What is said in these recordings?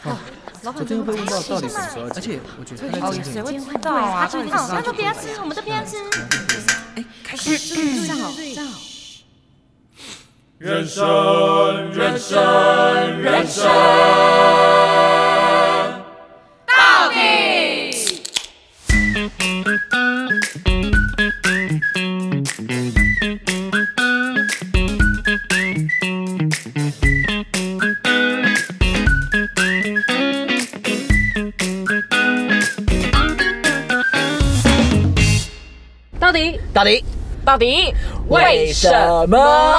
老板，昨天会被问到到底什么时候？而且我觉得他在谁会知道啊？那都不要吃，我们都不要吃。 哎，开始站好，站好。 人生，人生，人生， 到底。 到底为什么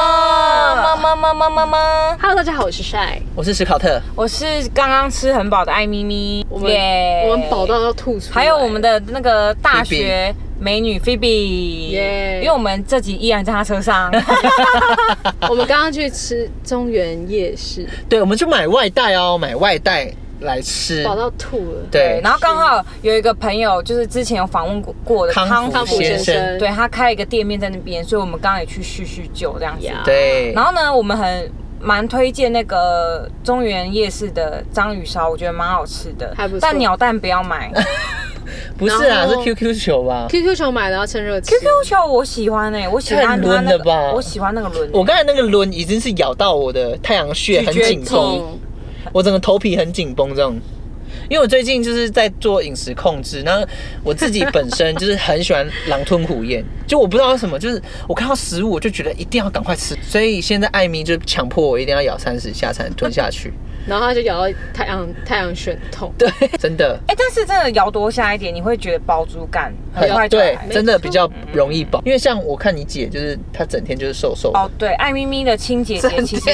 ？Hello， 大家好，我是帅， 我是史考特， 我是刚刚吃很饱的艾咪咪， 我们饱到要吐出来。 还有我们的那个大学美女 Phoebe， 因为我们这集依然在她车上。 我们刚刚去吃中原夜市， 对，我们去买外带哦，买外带来吃， 饱到吐了。 对， 然后刚好有一个朋友，就是之前有访问过的康复先生， 对，他开了一个店面在那边，所以我们刚刚也去叙叙旧这样子。 对， 然后呢，我们蛮推荐那个中原夜市的章鱼烧，我觉得蛮好吃的， 还不错。 但鸟蛋不要买。 不是啊，是 QQ 球吧 ？QQ 球买了要趁热吃。 QQ 球我喜欢我喜欢它那个，我喜欢那个轮。 我刚才那个轮已经是咬到我的太阳穴，很紧绷，我整个头皮很紧绷这样。因为我最近就是在做饮食控制，然后我自己本身就是很喜欢狼吞虎咽，就我不知道为什么，就是我看到食物我就觉得一定要赶快吃，所以现在艾咪就强迫我一定要咬30下才能吞下去。 然后他就咬到太阳穴痛， 对，真的。 但是真的咬多下一点，你会觉得饱足感很快就来。 对，真的比较容易饱。因为像我看你姐，就是她整天就是瘦瘦的。 哦，对，艾咪咪的亲姐姐其实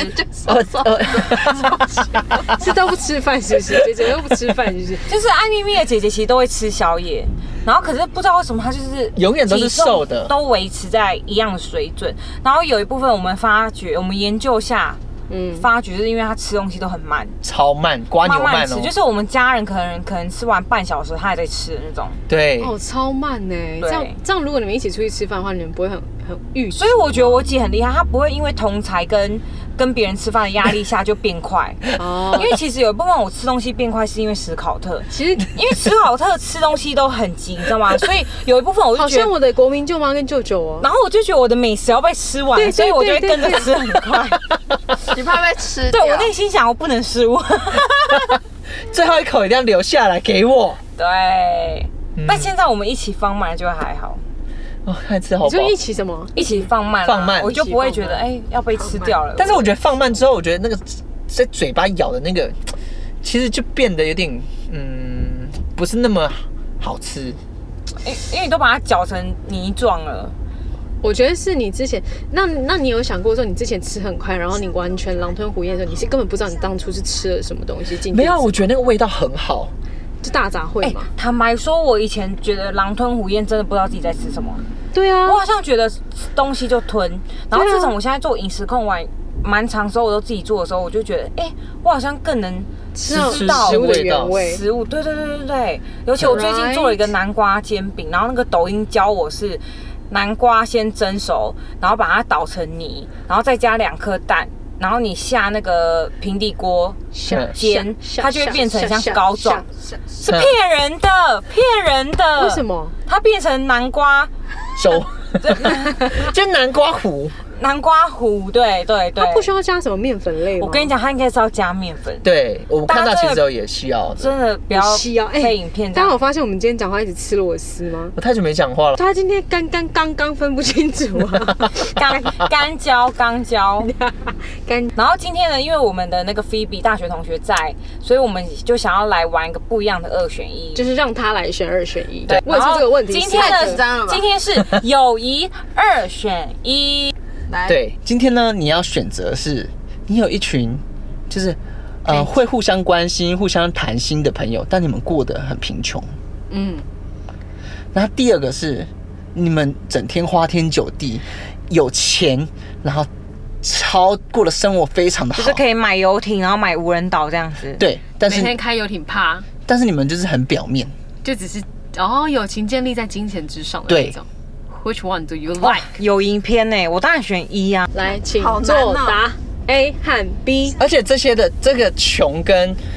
是都不吃饭，是不是？姐姐都不吃饭，是不是？ 就是艾咪咪的姐姐其实都会吃宵夜，然后可是不知道为什么她就是永远都是瘦的， 都维持在一样的水准。然后有一部分我们研究下。发觉是因为他吃东西都很慢， 超慢，刮牛慢哦。就是我们家人可能吃完半小时，他还在吃的那种。 对， 哦，超慢呢。这样，如果你们一起出去吃饭的话，你们不会很郁。 所以我觉得我姐很厉害，她不会因为同侪跟别人吃饭的压力下就变快。哦，因为其实有一部分我吃东西变快是因为史考特，其实因为史考特吃东西都很急，你知道吗？所以有一部分我就觉得好像我的国民舅妈跟舅舅哦。 然后我就觉得我的美食要被吃完，所以我就会跟着吃很快。 你怕被吃掉？对，我内心想我不能失误， 最后一口一定要留下来给我。 对，但现在我们一起放慢就还好。 哦，看吃好饱。 就一起什么？ 一起放慢，我就不会觉得要被吃掉了。 但是我觉得放慢之后，我觉得那个在嘴巴咬的那个，其实就变得有点不是那么好吃。 因为你都把它搅成泥状了。 我觉得是你之前，那你有想过说你之前吃很快，然后你完全狼吞虎咽的时候，你是根本不知道你当初是吃了什么东西进去？ 没有，我觉得那个味道很好， 就大杂烩嘛。 坦白说，我以前觉得狼吞虎咽真的不知道自己在吃什么。 对啊， 我好像觉得东西就吞，然后自从我现在做饮食控完蛮长时候我都自己做的时候，我就觉得我好像更能吃到食物的原味。 食物，对，尤其我最近做了一个南瓜煎饼，然后那个抖音教我是。南瓜先蒸熟，然后把它捣成泥，然后再加2颗蛋，然后你下那个平底锅煎，它就会变成像膏状。是骗人的， 为什么？ 它变成南瓜熟，就南瓜糊。 南瓜糊，对， 它不需要加什么面粉类吗？ 我跟你讲，它应该是要加面粉。 对，我看到其实也需要的， 真的不要配影片。 大家有发现我们今天讲话一直吃螺丝吗？ 我太久没讲话了。 他今天刚分不清楚啊， 刚交。然后今天呢，因为我们的那个 Phoebe 大学同学在，所以我们就想要来玩一个不一样的2选1， 就是让他来选2选1。 对， 问出这个问题。 今天是友谊2选1。 对，今天呢，你要选择是，你有一群就是会互相关心、互相谈心的朋友，但你们过得很贫穷。然后第二个是，你们整天花天酒地，有钱，然后过的生活非常的好， 就是可以买游艇，然后买无人岛这样子。 对，但是每天开游艇趴， 但是你们就是很表面， 就只是友情建立在金钱之上的那种。Which one do you like？ 有影片呢，我当然选1啊。 来，请作答 A 和 B。 而且这些的这个穷跟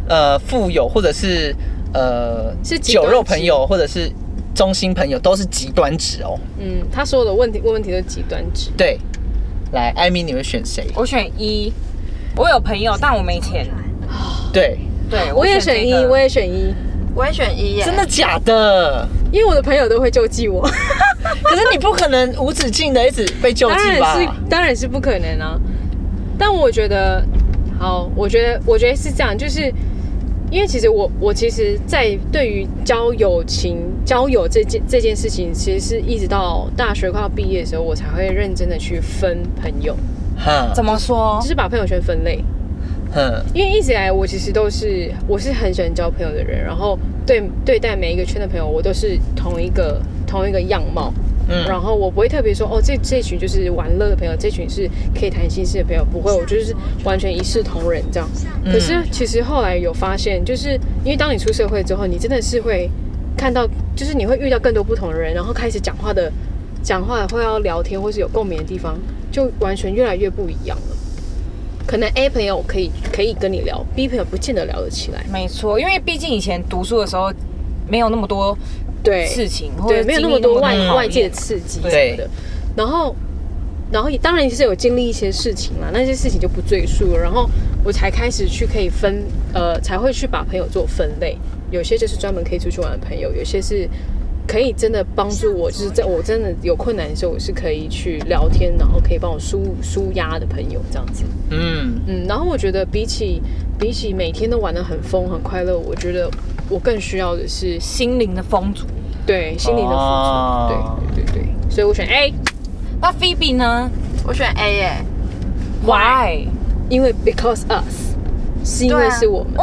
富有或者是酒肉朋友或者是中心朋友都是极端值哦。 他所有的问题都是极端值。 对，来，艾米你会选谁？ 我选一。我有朋友，但我没钱。 对， 我也选一，我也选一， 我也选一耶。 真的假的？ 因为我的朋友都会救济我。 可是你不可能无止境的一直被救济吧？ 当然是不可能啊。但我觉得，我觉得是这样，就是因为其实我其实，在对于交友这件事情，其实是一直到大学快要毕业的时候，我才会认真的去分朋友。 怎么说？ 就是把朋友圈分类。因为一直以来我其实我是很喜欢交朋友的人，然后对待每一个圈的朋友，我都是同一个样貌。然后我不会特别说这群就是玩乐的朋友，这群是可以谈心事的朋友，不会，我就是完全一视同仁这样。可是其实后来有发现，就是因为当你出社会之后，你真的是会看到，就是你会遇到更多不同的人，然后开始讲话会要聊天或是有共鸣的地方，就完全越来越不一样了。可能 A 朋友可以跟你聊 ，B 朋友不见得聊得起来。 没错，因为毕竟以前读书的时候没有那么多事情， 对，没有那么多外界的刺激什么的。然后当然是有经历一些事情嘛，那些事情就不赘述了。然后我才开始去可以才会去把朋友做分类。有些就是专门可以出去玩的朋友，有些是可以真的帮助我，就是在我真的有困难的时候，我是可以去聊天，然后可以帮我舒压的朋友这样子。然后我觉得比起每天都玩得很疯很快乐，我觉得我更需要的是心灵的丰足。 对，心灵的富足。对，所以我选 A。 那 Phoebe 呢？ 我选 A 耶。 Why？ 因为 because us， 是因为是我们。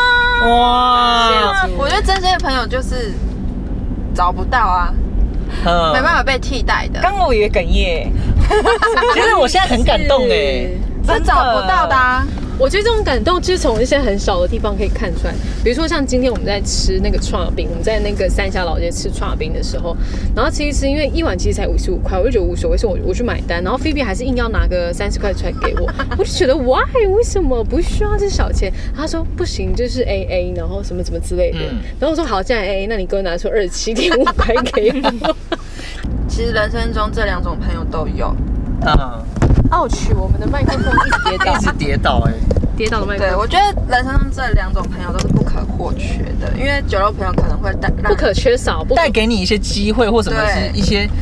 哇！ 我觉得真心的朋友就是找不到啊，没办法被替代的。 刚我以为哽咽， 其实我现在很感动哎， 真找不到的啊。 我觉得这种感动就是从一些很小的地方可以看出来，比如说像今天我们在吃那个串冰，我们在那个三峡老街吃串冰的时候，然后其实因为一碗其实才55块，我就觉得无所谓，所以我去买单，然后菲比还是硬要拿个30块出来给我，我就觉得 why 为什么不需要这小钱？他说不行，就是 AA， 然后什么之类的，然后我说好，既然 AA， 那你给我拿出27.5块给我。 其实人生中这2种朋友都有。 我去，我们的麦克风一直跌倒跌倒的麦克风。 对，我觉得人生中这2种朋友都是不可或缺的，因为酒肉朋友可能会不可缺少， 带给你一些机会或什么是一些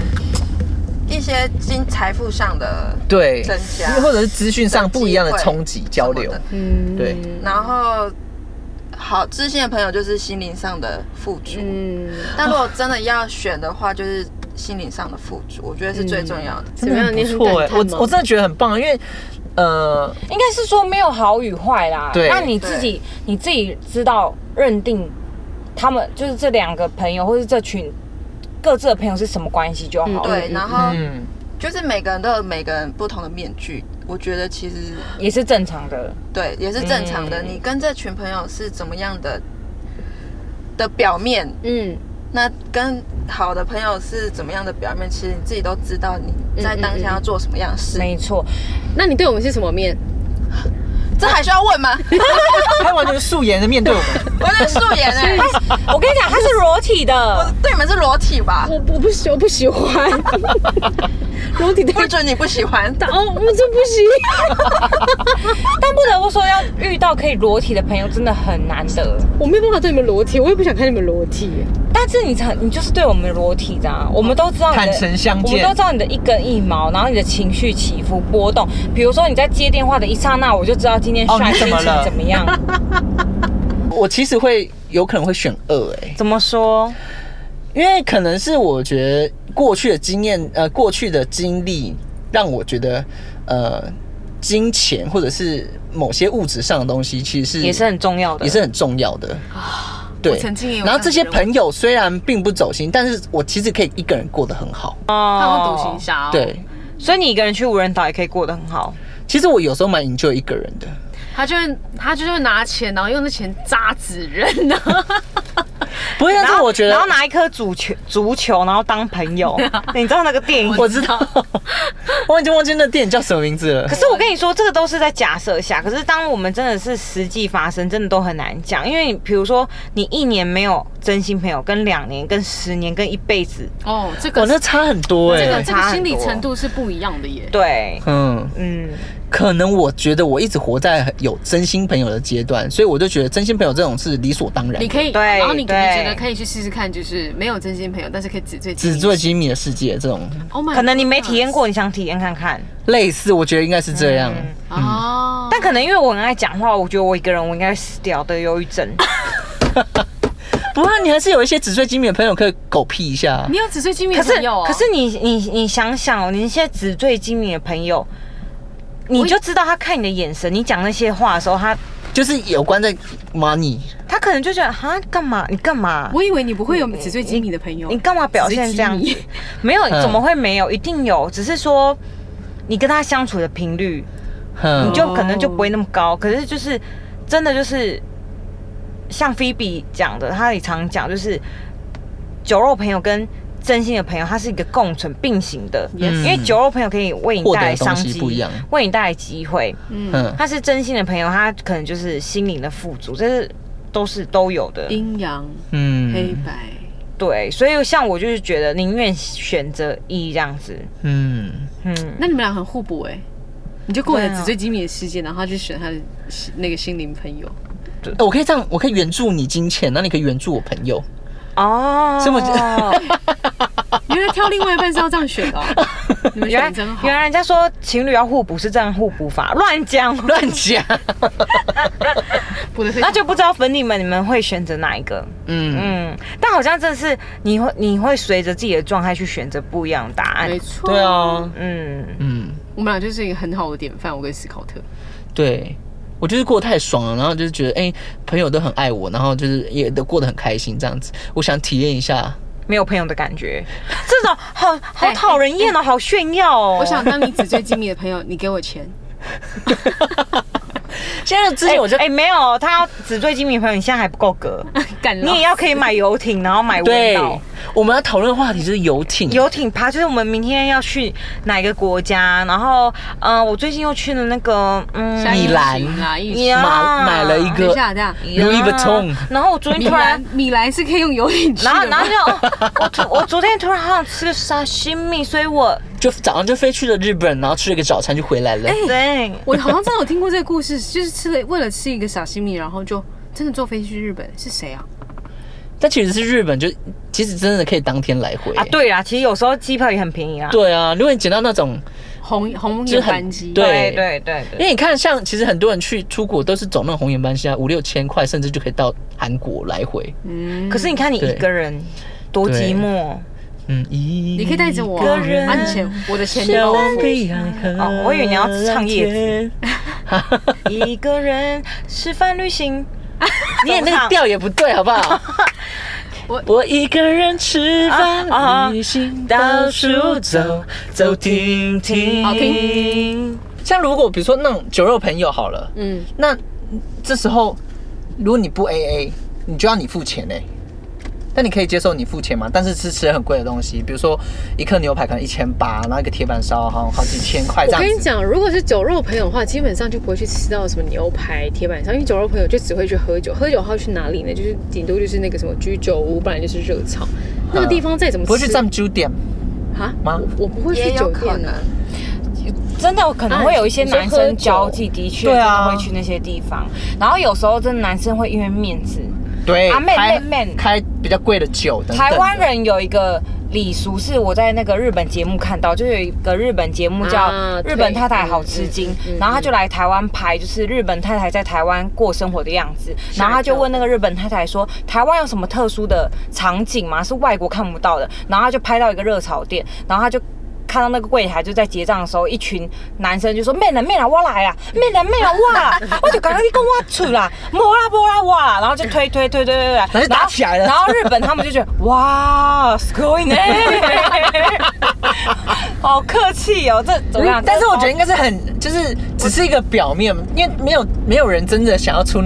财富上的增加， 或者是资讯上不一样的冲击交流。对。 然后好知心的朋友就是心灵上的富足。但如果真的要选的话，就是心灵上的富足，我觉得是最重要的。 真的很不错哎，我真的觉得很棒，因为应该是说没有好与坏啦。 对， 那你自己知道认定他们就是这2个朋友，或是这群各自的朋友是什么关系就好了。 对，然后就是每个人都有每个人不同的面具，我觉得其实也是正常的。 对，也是正常的。你跟这群朋友是怎么样的表面，那跟好的朋友是怎么样的表面，其实你自己都知道你在当下要做什么样的事。 没错。 那你对我们是什么面？ 这还需要问吗？ 他完全是素颜的面对我们， 完全素颜哎！ 我跟你讲，他是裸体的。 我对你们是裸体吧？ 我不喜欢裸体的， 不准你不喜欢。 我这不行。 但不得不说，要遇到可以裸体的朋友真的很难得。 我没有办法对你们裸体，我也不想看你们裸体。 但是你就是对我们裸体的啊，我们都知道坦诚相见， 我们都知道你的一根一毛，然后你的情绪起伏波动。比如说你在接电话的一刹那，我就知道今天帅心情怎么样。 我其实有可能会选2哎。 怎么说？ 因为可能是我觉得过去的经验，过去的经历让我觉得，金钱或者是某些物质上的东西，其实也是很重要的， 也是很重要的。对， 我曾经也有。 然后这些朋友虽然并不走心，但是我其实可以一个人过得很好。 他们独行侠。 对， 所以你一个人去无人岛也可以过得很好。 其实我有时候蛮enjoy一个人的。 他就会拿钱，然后用那钱扎纸人啊。 不会，但是我觉得， 然后拿一颗足球，然后当朋友，你知道那个电影？ 我知道，我已经忘记那电影叫什么名字了。 可是我跟你说，这个都是在假设下，可是当我们真的是实际发生，真的都很难讲，因为比如说你1年没有真心朋友，跟2年、跟10年、跟一辈子， 这个那差很多这个心理程度是不一样的耶。 对， 可能我觉得我一直活在有真心朋友的阶段，所以我就觉得真心朋友这种是理所当然。 你可以， 对， 然后你可能觉得可以去试试看，就是没有真心朋友，但是可以纸醉金迷的世界这种。 可能你没体验过，你想体验看看。 类似，我觉得应该是这样。 但可能因为我很爱讲话，我觉得我一个人我应该死掉的忧郁症。 不过你还是有一些纸醉金迷的朋友可以狗屁一下。 你有纸醉金迷的朋友可是你想想哦，你那些纸醉金迷的朋友。你就知道他看你的眼神，你讲那些话的时候，他就是有关在 money， 他可能就觉得哈干嘛？你干嘛？ 我以为你不会有纸醉金迷的朋友， 你干嘛表现这样子？没有，怎么会没有？一定有，只是说你跟他相处的频率，你就可能就不会那么高。可是就是真的就是像 Phoebe 讲的，他也常讲，就是酒肉朋友跟真心的朋友，它是一个共存并行的，因为酒肉朋友可以为你带来商机，为你带来机会。他是真心的朋友，他可能就是心灵的富足，这是都有的。 阴阳，黑白， 对，所以像我就是觉得宁愿选择一这样子。 那你们俩很互补哎，你就过着纸醉金迷的世界，然后他就选他的那个心灵朋友。 我可以这样，我可以援助你金钱，那你可以援助我朋友。 所以我原来挑另外一半是要这样选的。你们选真好。 原来人家说情侣要互补是这样互补法，乱讲。那就不知道粉你们会选择哪一个？但好像真的是你会随着自己的状态去选择不一样的答案。 没错。 对啊。 我们俩就是一个很好的典范，我跟斯考特。 对。我就是过得太爽了，然后就是觉得朋友都很爱我，然后就是也都过得很开心这样子。我想体验一下没有朋友的感觉，这种好讨人厌哦，好炫耀哦。 我想当你纸醉金迷的朋友，你给我钱。 现在之前我就没有，他要纸醉金迷的朋友，你现在还不够格，你也要可以买游艇，然后买温岛。 我们要讨论的话题就是游艇趴，就是我们明天要去哪个国家，然后我最近又去了那个米兰，买了一个 Louis Vuitton， 然后我昨天突然米兰是可以用游艇去的， 然后就我昨天突然好想吃个沙西米，所以我就早上就飞去了日本，然后吃了一个早餐就回来了。 对， 我好像真的有听过这个故事，就是为了吃一个沙西米，然后就真的坐飞机去日本，是谁啊？ 但其实是日本，就其实真的可以当天来回啊。对啊，其实有时候机票也很便宜啊。 对啊，如果你捡到那种红眼班机， 对， 因为你看，像其实很多人出国都是走那种红眼班机啊，5、6千块，甚至就可以到韩国来回。 可是你看你一个人多寂寞。 你可以带着我安全，我的钱包。 我以为你要唱叶子。一个人吃饭旅行。 你也那个调也不对，好不好？我一个人吃饭旅行，到处走停停。 好听。 像如果比如说那种酒肉朋友好了，那这时候如果你不 AA， 你就要你付钱嘞。那你可以接受你付钱吗？但是吃很贵的东西，比如说一颗牛排可能1800，然后一个铁板烧好几千块这样子。 我跟你讲，如果是酒肉朋友的话，基本上就不会去吃到什么牛排、铁板烧，因为酒肉朋友就只会去喝酒。喝酒他会去哪里呢？就是顶多就是那个什么居酒屋，不然就是热炒。那个地方再怎么吃， 不会去占酒店吗？ 我不会去酒店的。 真的可能会有一些男生交际，的确真的会去那些地方。然后有时候真的男生会因为面子。 对，开比较贵的酒等等的。 台湾人有一个礼俗，是我在那个日本节目看到，就有一个日本节目叫《日本太太好吃惊》，然后他就来台湾拍，就是日本太太在台湾过生活的样子。然后他就问那个日本太太说：“台湾有什么特殊的场景吗？是外国看不到的？”然后他就拍到一个热炒店，然后他就看到那个柜台就在结账的时候，一群男生就说：“妹啦，我来啦，妹啦，我啦！”我就刚刚你跟我出啦，没啦，我啦，然后就推， 然后就打起来了。 然后日本他们就觉得哇，すごいね，好客气哦，这怎么样？ 但是我觉得应该是很，就是只是一个表面，因为没有人真的想要出那个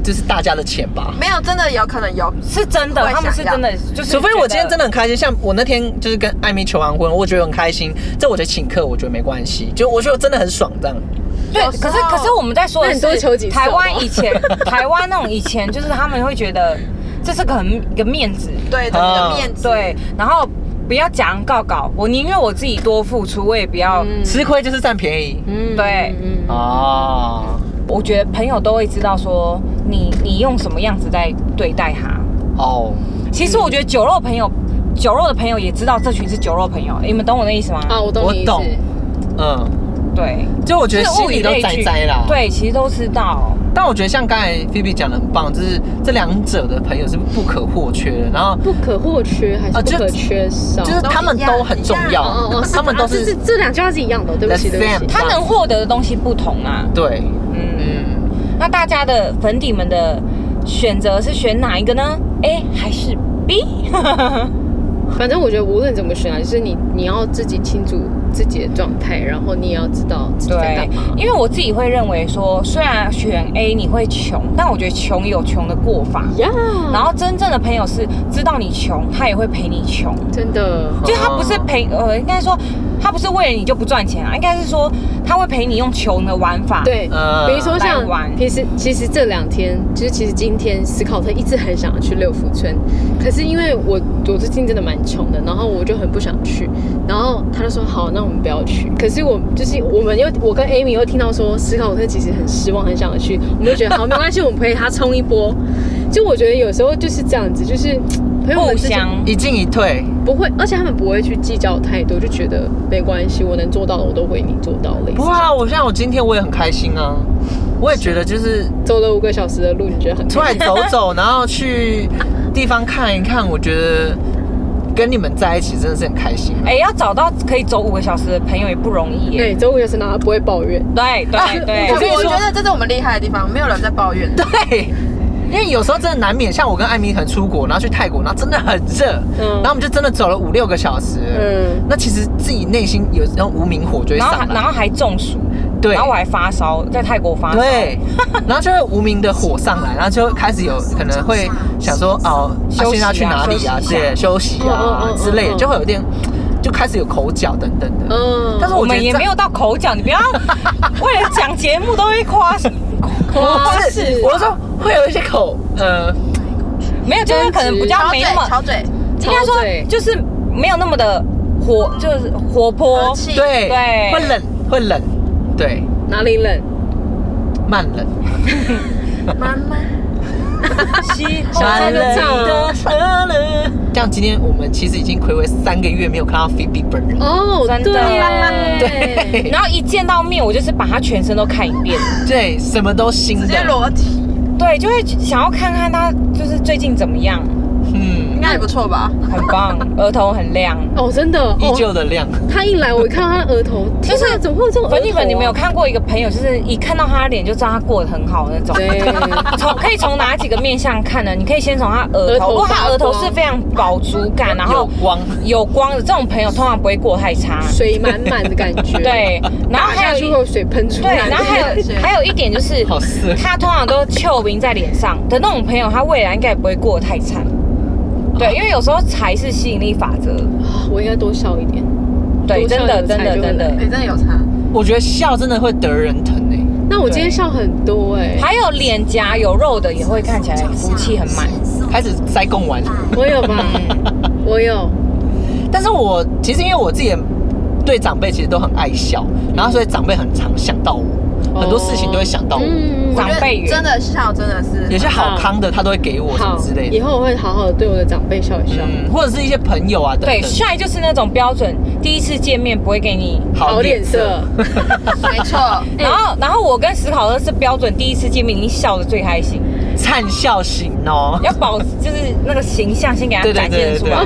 就是大家的钱吧？ 没有，真的有可能有， 是真的，他们是真的，就是除非我今天真的很开心，像我那天就是跟艾米求完婚，我觉得很开心，这我觉得请客我觉得没关系，就我觉得真的很爽这样。 对，可是我们在说的是台湾以前，台湾那种以前就是他们会觉得这是一个面子， 对的面子， 对，然后不要假人告告，我宁愿我自己多付出，我也不要吃亏就是占便宜。 对，我觉得朋友都会知道说你用什么样子在对待他。其实我觉得酒肉的朋友也知道这群是酒肉朋友，你们懂我的意思吗？ 我懂你意思。 对， 就我觉得心里都栽啦。 对，其实都知道。 但我觉得像刚才菲比讲的很棒，就是这两者的朋友是不可或缺的。然后不可或缺还是不可缺少？ 就是他们都很重要。他们都是这两句话是一样的。对不起。 他能获得的东西不同啊。 对， 那大家的粉底们的选择是选哪一个呢 ？A 还是 B？ 反正我觉得无论怎么选啊，就是你要自己清楚自己的状态，然后你也要知道自己在干嘛。 因为我自己会认为说，虽然选 A 你会穷，但我觉得穷有穷的过法。然后真正的朋友是知道你穷，他也会陪你穷。真的，就他不是应该说他不是为了你就不赚钱啊，应该是说他会陪你用穷的玩法。 对，比如说像其实这2天，就是其实今天史考特一直很想要去六福村，可是因为我最近真的蛮穷的，然后我就很不想去，然后他就说好，那我们不要去。可是我跟 Amy 又听到说史考特其实很失望，很想要去，我们就觉得好没关系，我们陪他冲一波。就我觉得有时候就是这样子，就是朋友们互相一进一退， 不会，而且他们不会去计较太多，就觉得没关系，我能做到的我都为你做到了。 不啊，我今天我也很开心啊，我也觉得就是走了5个小时的路，你觉得很出来走走，然后去地方看一看，我觉得跟你们在一起真的是很开心。 要找到可以走5个小时的朋友也不容易耶。 对，走5个小时然后不会抱怨。 对。 我觉得这是我们厉害的地方，没有人在抱怨。 对。因为有时候真的难免，像我跟艾米可能出国，然后去泰国，然后真的很热，然后我们就真的走了5、6个小时，那其实自己内心有那种无名火就会上来， 然后还中暑， 对， 然后我还发烧，在泰国发烧， 对，然后就会无名的火上来，然后就开始有可能会想说现在要去哪里啊，休息啊之类的，就会有点。就开始有口角等等的，但是我们也没有到口角，你不要为了讲节目都会夸饰。 我是说会有一些没有，就是可能比较没那么吵嘴， 应该说就是没有那么的就是活泼， 对，会冷，对， 哪里冷？ 慢冷， 慢慢。 喜欢了像今天我们其实已经睽违3个月没有看到菲比本人真的对， 然后一见到面我就是把他全身都看一遍， 对，什么都新的， 直接裸体， 对，就会想要看看他就是最近怎么样。 应该也不错吧， 很棒，额头很亮真的， 依旧的亮。 他一来，我一看到他的额头，就是怎么会有这种粉底粉？你们有看过一个朋友，就是一看到他的脸就知道他过得很好那种。对，可以从哪几个面向看呢？你可以先从他额头，如果他额头是非常饱足感，然后有光的这种朋友，通常不会过太差， 水满满的感觉。 对，然后还有水喷出来。 对，然后还有一点就是，他通常都丘名在脸上的那种朋友，他未来应该也不会过得太惨。对，因为有时候才是吸引力法则。 我应该多笑一点。 对，真的， 真的有差。 我觉得笑真的会得人疼哎。 那我今天笑很多哎。 还有脸颊有肉的也会看起来福气很满。 开始塞贡丸。 我有吧？我有。 但是我其实因为我自己对长辈其实都很爱笑，然后所以长辈很常想到我，很多事情都会想到我。 长辈真的笑真的是有些好康的他都会给我什么之类的。 以后我会好好的对我的长辈笑一笑， 或者是一些朋友啊等等。 对，帅就是那种标准，第一次见面不会给你好脸色， 没错。 然后我跟史考特是标准，第一次见面你笑得最开心， 灿笑型哦， 要就是那个形象先给他展现出来。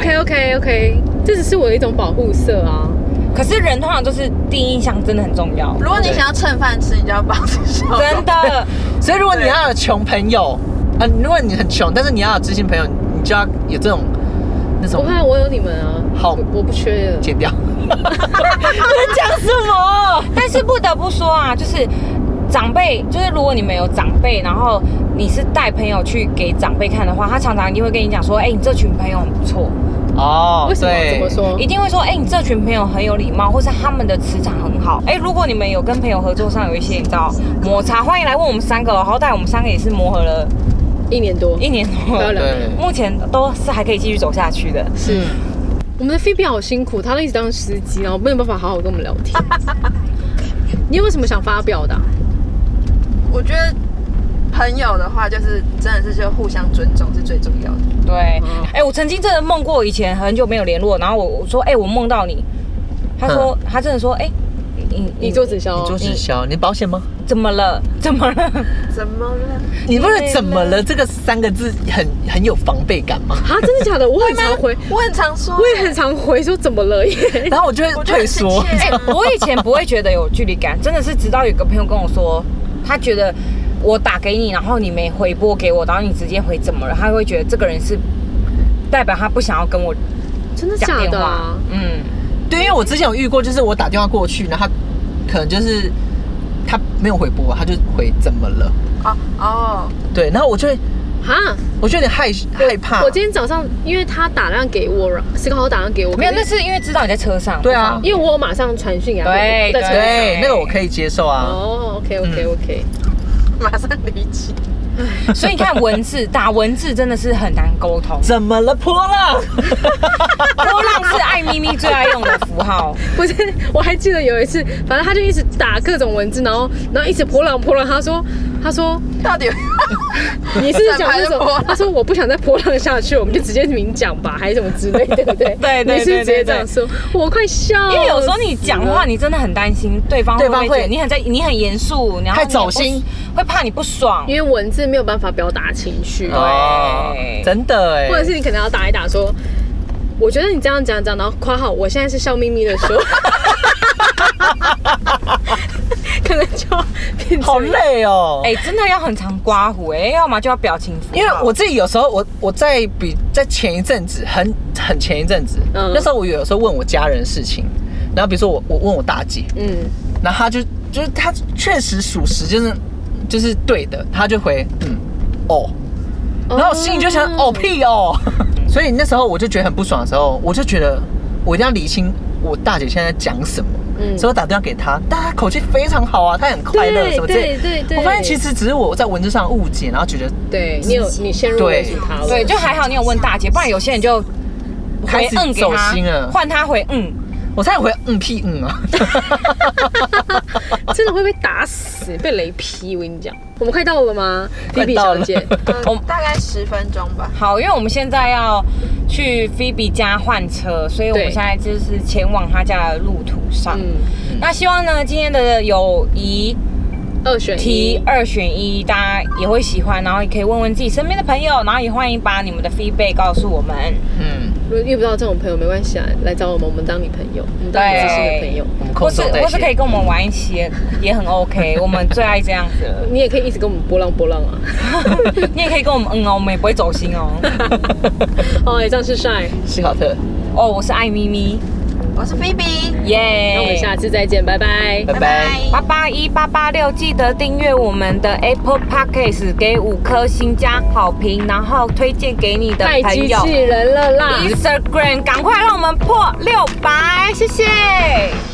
OK， 这只是我的一种保护色啊。 可是人通常都是第一印象真的很重要。 如果你想要蹭饭吃，你就要保持笑。 真的。 所以如果你要有穷朋友，如果你很穷，但是你要有知心朋友，你就要有这种那种。 不怕，我有你们啊。 好， 我不缺的。 剪掉。 你讲什么？但是不得不说啊，就是长辈，就是如果你们有长辈，然后你是带朋友去给长辈看的话，他常常一定会跟你讲说，你这群朋友很不错。 哦， 为什么？怎么说？ 一定会说，你这群朋友很有礼貌，或是他们的磁场很好。如果你们有跟朋友合作上有一些你知道摩擦，欢迎来问我们3个，好歹我们3个也是磨合了 1年多， 目前都是还可以继续走下去的。 是，我们的菲比好辛苦，他都一直当司机，然后没有办法好好跟我们聊天。你有没有什么想发表的？ 我觉得朋友的话，就是真的是就互相尊重是最重要的。 对，我曾经真的梦过，以前很久没有联络，然后我说，我梦到你。他说，他真的说， 你做直销， 你做直销，你保险吗？ 怎么了？怎么了？ 怎么了？ 你不是怎么了这个3个字很有防备感吗？ 啊，真的假的？我很常回， 我很常说， 我也很常回说怎么了耶， 然后我就会退缩。 我以前不会觉得有距离感，真的是直到有个朋友跟我说，他觉得我打给你，然后你没回拨给我，然后你直接回怎么了？他会觉得这个人是代表他不想要跟我真的假的啊？ 对，因为我之前有遇过，就是我打电话过去，然后他可能就是他没有回拨，他就回怎么了？对，然后我就会我就有点害怕。 我今天早上因为他打电话给我，思考打电话给我， 没有，那是因为知道你在车上。 对啊， 因为我有马上传讯给他。 对， 那个我可以接受啊。 OK， 马上离奇。 所以你看打文字真的是很难沟通。 怎么了？波浪？ 波浪是爱咪咪最爱用的符号。 不是，我还记得有一次，反正他就一直打各种文字，然后一直波浪。他说到底你是讲那种？他说我不想再波浪下去，我们就直接明讲吧，还是什么之类的，对不对？ 对， 你是直接这样说，我快笑了。 因为有时候你讲话，你真的很担心对方会你很严肃，然后太走心， 会怕你不爽， 因为文字没有办法表达情绪。 对， 真的或者是你可能要打一打说，我觉得你这样讲，然后括号，我现在是笑眯眯的说。可能就变好累哦。 真的要很常刮胡要么就要表情符号。 因为我自己有时候我在前一阵子很前一阵子，那时候我有时候问我家人事情，然后比如说我问我大姐，然后他就是他确实属实就是对的，他就回然后我心里就想屁哦，所以那时候我就觉得很不爽的时候，我就觉得我一定要理清我大姐现在在讲什么。所以我打电话给他，但他口气非常好啊，他很快乐什么之类。对，我发现其实只是我在文字上误解，然后觉得你陷入为主他了。 对，就还好你有问大姐，不然有些人就开始走心了， 换他回我才回屁啊， 真的会被打死，被雷劈。我跟你讲，我们快到了吗？菲比小姐， 大概10分钟吧。 好，因为我们现在要去菲比家换车，所以我们现在就是前往他家的路途上。那希望呢，今天的友谊 2选1， 大家也会喜欢，然后也可以问问自己身边的朋友，然后也欢迎把你们的 feedback 告诉我们。 如果遇不到这种朋友没关系啊，来找我们，我们当你朋友，我们当你知心的朋友， 或是可以跟我们玩一起，也很 OK， 我们最爱这样子了。 你也可以一直跟我们波浪啊， 你也可以跟我们我们也不会走心哦。 以上是帅西考特， 我是爱咪咪。 我是菲比， 耶！ 那我们下次再见，拜拜， 拜拜。 881-886，记得订阅我们的 Apple Podcast， 给5颗星加好评，然后推荐给你的朋友。 太机器人了啦 ！Instagram， 赶快让我们破600，谢谢。